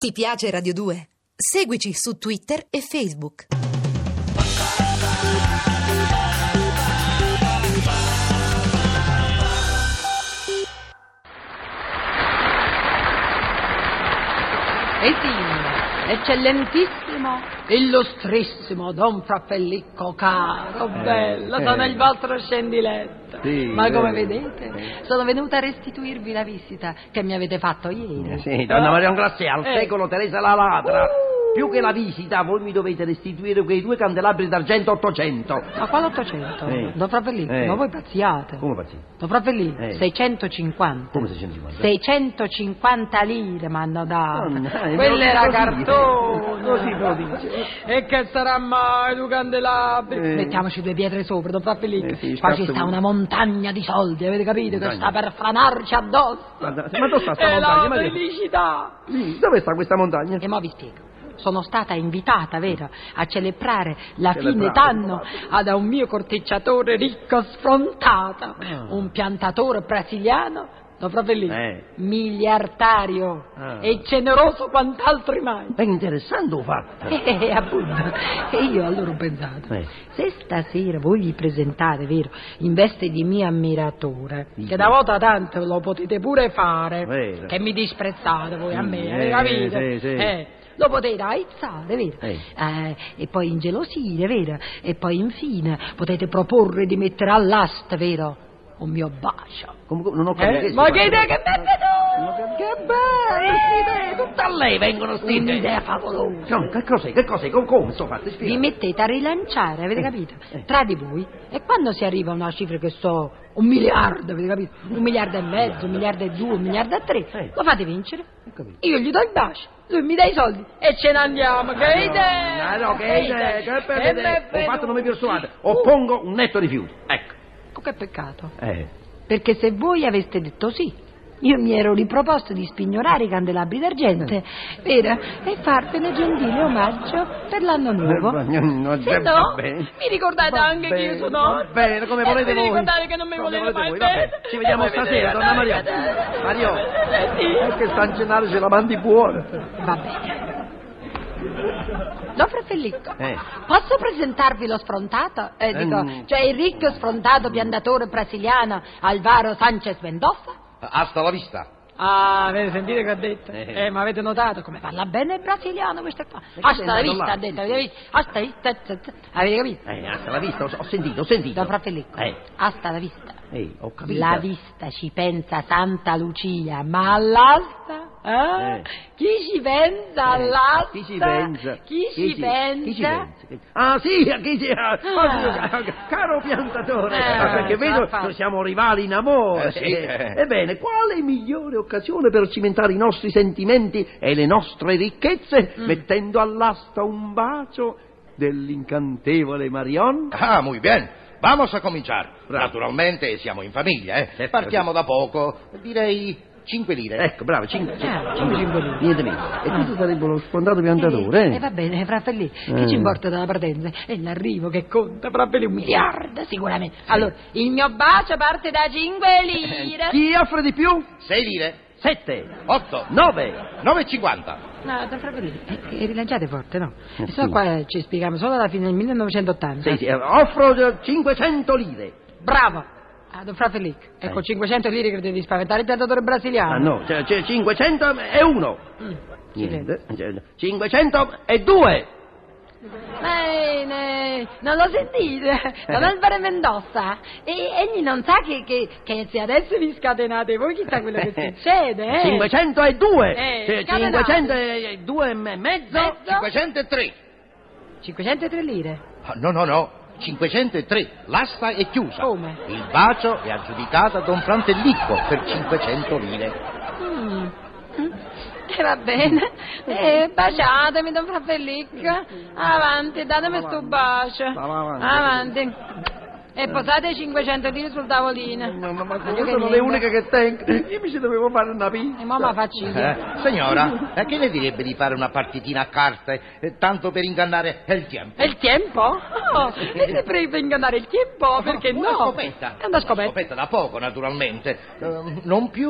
Ti piace Radio 2? Seguici su Twitter e Facebook. Eccellentissimo, illustrissimo Don Frapellicco caro, bello, sono il vostro scendiletto. Sì, ma come vedete, sono venuta a restituirvi la visita che mi avete fatto ieri. Sì, donna Marion Grazia, al secolo Teresa la ladra. Più che la visita, voi mi dovete restituire quei 2 candelabri d'argento 800. Ma quale 800? Don Frapellicco, ma voi pazziate. Come pazziate? Don Frapellicco, 650. Come 650? 650 lire mi hanno dato. Quello Quello era cartone. Così lo dice. E che sarà mai 2 candelabri? Mettiamoci 2 pietre sopra, Don Frapellicco. Sì, Qua ci scatto sta via. una montagna di soldi, avete capito? Che Montagna. sta per franarci addosso. Ma dove sta sta È montagna? la felicità. Sì, dove sta questa montagna? E mo vi spiego. Sono stata invitata, vero, a celebrare la Celebrare, fine d'anno da un mio corteggiatore ricco sfrontato, un piantatore brasiliano, Don Frapellicco, miliardario e generoso quant'altri mai. È interessante ho fatto. Appunto, e io allora ho pensato, se stasera voi vi presentate, vero, in veste di mio ammiratore, che da volta tanto lo potete pure fare, Vero. che mi disprezzate voi a me, avete capito? Sì. Lo potete aizzare, vero? E poi ingelosire, vero? E poi infine potete proporre di mettere all'asta, vero? Un mio bacio. Come, non ho capito. Ma che idea che mi Che bello, queste idee, tutte a lei vengono queste idee. Un'idea favolosa. No, che cos'è? Come sto fatte? Vi Spiega. mettete a rilanciare, avete capito? Tra di voi. E quando si arriva a una cifra che so, 1 miliardo, avete capito? 1,5 miliardi, 1,2 miliardi, 1,3 miliardi, lo fate vincere. Io gli do il bacio, lui mi dà i soldi e ce ne andiamo. Che idea! No, che idee, che belle idee. Ho fatto non mi persuade. Oppongo un netto rifiuto. Ecco. Oh, che peccato. Perché Se voi aveste detto sì, io mi ero riproposto di spignorare i candelabri d'argento, vero? E farvene gentile omaggio per l'anno nuovo. Se no, mi ricordate anche che io sono... Va bene, come volete mi voi. ricordate che non mi volete mai voi, bene. vabbè. Ci vediamo stasera, donna Maria. Mario, è che San Gennaro ce la mandi buona. Va bene. Don Frapellicco, posso presentarvi lo sfrontato? Cioè il ricco sfrontato piantatore brasiliano Alvaro Sanchez Mendoza? Hasta la vista. Ah, avete sentito che ho detto? Ma avete notato come parla bene il brasiliano questo qua? Hasta la vista, ha detto, avete visto? Hasta la vista, avete capito? Hasta la vista, ho sentito. Don Frapellicco, hasta la vista. Ho capito. La vista ci pensa Santa Lucia, ma all'asta? Chi ci pensa all'asta? Chi ci pensa? Chi ci pensa? Ah, sì, chi ci... Caro piantatore, perché vedo che siamo rivali in amore. Sì. Ebbene, quale migliore occasione per cimentare i nostri sentimenti e le nostre ricchezze mettendo all'asta un bacio dell'incantevole Marion? Ah, muy bien. Vamos a cominciar. Bravo. Naturalmente siamo in famiglia, Partiamo da poco, direi 5 lire. Ecco, bravo, 5 lire. Niente meno. E questo sarebbe lo sfondato piantatore, va bene, Frapellicco, che ci importa dalla partenza? È l'arrivo che conta, Frapellicco, 1 miliardo sicuramente. Allora, il mio bacio parte da 5 lire. Chi offre di più? 6 lire. 7, 8, 9. 9,50. No, Don Frapellicco, rilanciate forte, no? E se no qua ci spieghiamo solo alla fine del 1980. Sì, offro 500 lire. Bravo! Don Frapellicco, ecco 500 lire credete di spaventare il piantatore brasiliano. Ah no, c'è 500 e 1. Niente. 500 e 2. Bene, non lo sentite? Don Alvaro Mendoza. E egli non sa che se adesso vi scatenate voi chissà quello che succede, 500 e 2. Scatenate. 500 e 2 e mezzo. 503. 503 lire. No. 503. L'asta è chiusa. Come? Il bacio è aggiudicato a Don Frapellicco per 500 lire. Va bene. Baciatemi, Don Frapellicco. Avanti, datemi sto bacio. Avanti. E posate 500 lire sul tavolino. Ma queste sono le uniche che tengo. Io mi ci dovevo fare una pizza. E mo ma faccio io. Signora, che ne direbbe di fare una partitina a carte, tanto per ingannare il tempo? E il tempo? Oh, per ingannare il tempo, perché Una no? scopetta. È una scopetta. Scopetta da poco, naturalmente. Non più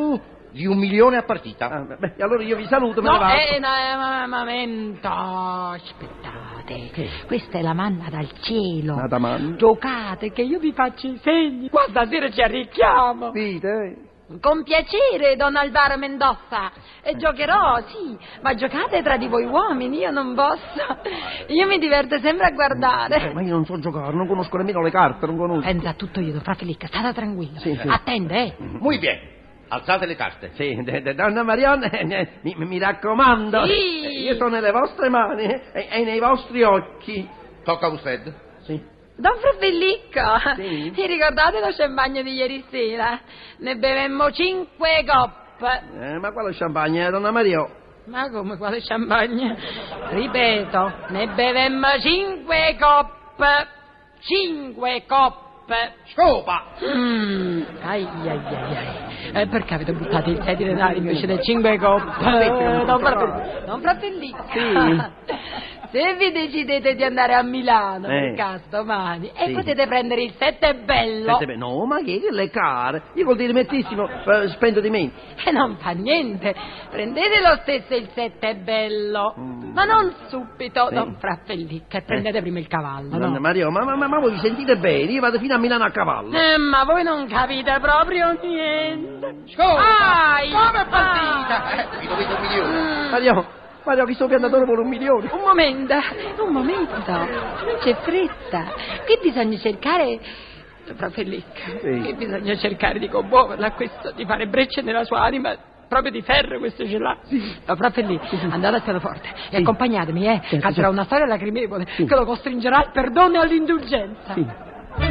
di 1 milione a partita. Beh, allora io vi saluto, me ne No, vado. momento, aspettate. Questa è la manna dal cielo. Nada manna. Giocate che io vi faccio i segni. Qua stasera ci arricchiamo. Dite, Con piacere, Don Alvaro Mendoza. E giocherò, sì, ma giocate tra di voi uomini, io non posso. Io mi diverto sempre a guardare. ma io non so giocare, non conosco nemmeno le carte, non conosco. Pensa a tutto io, Fra Felicca, state tranquillo. Sì. Attende, Muy bien, alzate le carte. Sì, donna Marione, mi raccomando. Sì. Io sto nelle vostre mani e nei vostri occhi. Tocca a usted. Sì. Don Fra Felicca, Sì? vi ricordate lo champagne di ieri sera? Ne bevemmo 5 coppe. Ma quale champagne, donna Maria? Ma come, quale champagne? Ripeto, ne bevemmo 5 coppe. 5 coppe. Scopa! Ai. Perché avete buttato il 6 di denari invece del 5 coppe? Non Fratellicca. Sì. Se vi decidete di andare a Milano per Eh. caso domani Sì. potete prendere il 7 bello. No, ma che le care? Io col direttissimo spendo di meno. E non fa niente, prendete lo stesso il 7 bello, ma non subito, Sì. Don Fratellicca, e prendete prima il cavallo, Donna no? Maria, ma voi vi sentite bene? Io vado fino a Milano a cavallo. Ma voi non capite proprio niente. Scopa! Ai, Come è partita? Vi dovete 1 milione. Mario, chi sto piantatore vuole 1 milione? Un momento, non c'è fretta. Qui bisogna cercare, Fratellicca, Sì. qui bisogna cercare di commuoverla a questo, di fare brecce nella sua anima, proprio di ferro questo ce l'ha. Fratellicca, andate al pianoforte e accompagnatemi, canterà una storia lacrimevole che lo costringerà al perdono e all'indulgenza. Sì.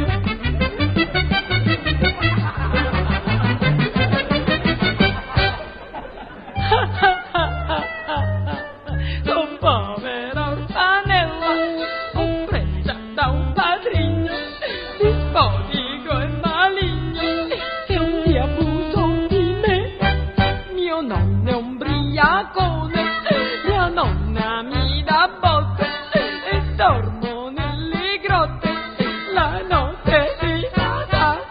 Un povero orfanello oppressa da un patrigno dispotico e maligno che un dia abusò di me. Mio nonno è un briacone, mia nonna mi dà botte e dormo nelle grotte la notte di Natale.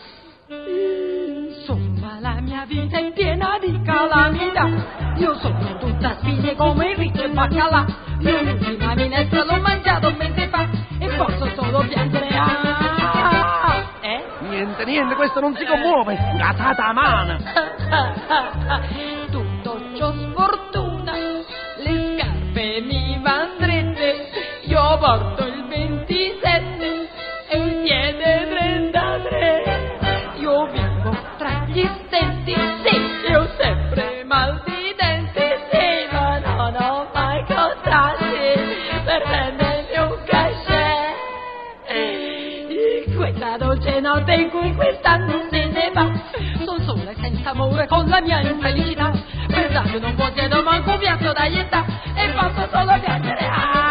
Insomma la mia vita è piena di calamità. Io sono tutta spine come il riccio e baccalà. L'ultima minestra l'ho mangiato un mese fa e posso solo piangere. Niente, questo non si commuove. Gatata a mano. Tutto ciò sfortuna, le scarpe mi van dritte, io porto il 27 e il piede 33. Io vivo tra gli stenti, sì, io ho sempre mal di denti, sì, ma non ho mai contratti per prendermi un cachet. In questa dolce notte in cui quest'anno se ne va, son sola e senza amore con la mia infelicità. Per darmi non possiedo manco un piatto da ietà e posso solo piangere.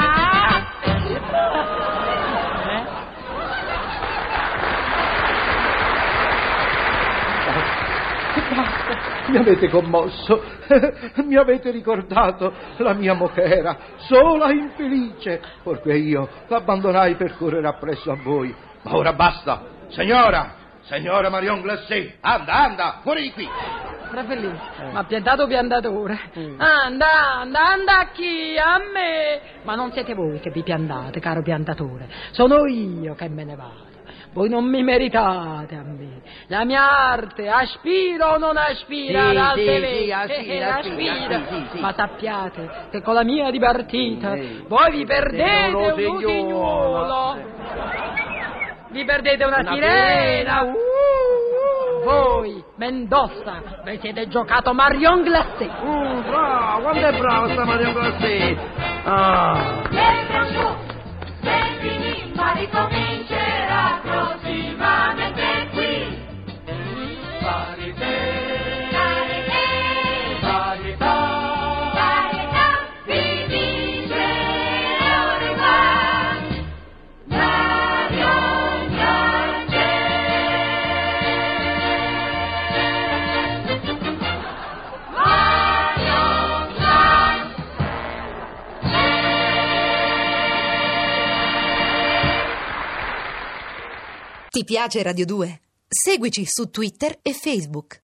Basta, mi avete commosso, mi avete ricordato la mia mochera, sola e infelice, perché io l'abbandonai per correre appresso a voi. Ma ora basta. Signora Marion Glacé, anda, fuori di qui. Fratelli, ma piantato piantatore. Anda chi? A me. Ma non siete voi che vi piantate, caro piantatore. Sono io che me ne vado. Voi non mi meritate a me. La mia arte aspira o non aspira ad alte vette? Aspira. Sì. Ma sappiate che con la mia dipartita voi vi perdete un usignuolo. Vi perdete una sirena. Voi, Mendoza, vi siete giocato Marion Glacé. Bravo, quanto è bravo sta Marion Glacé. Ma ricomincerà prossimamente qui. Varietà, vi dice au revoir, Marion Glacé. Marion Glacé. Ti piace Radio 2? Seguici su Twitter e Facebook.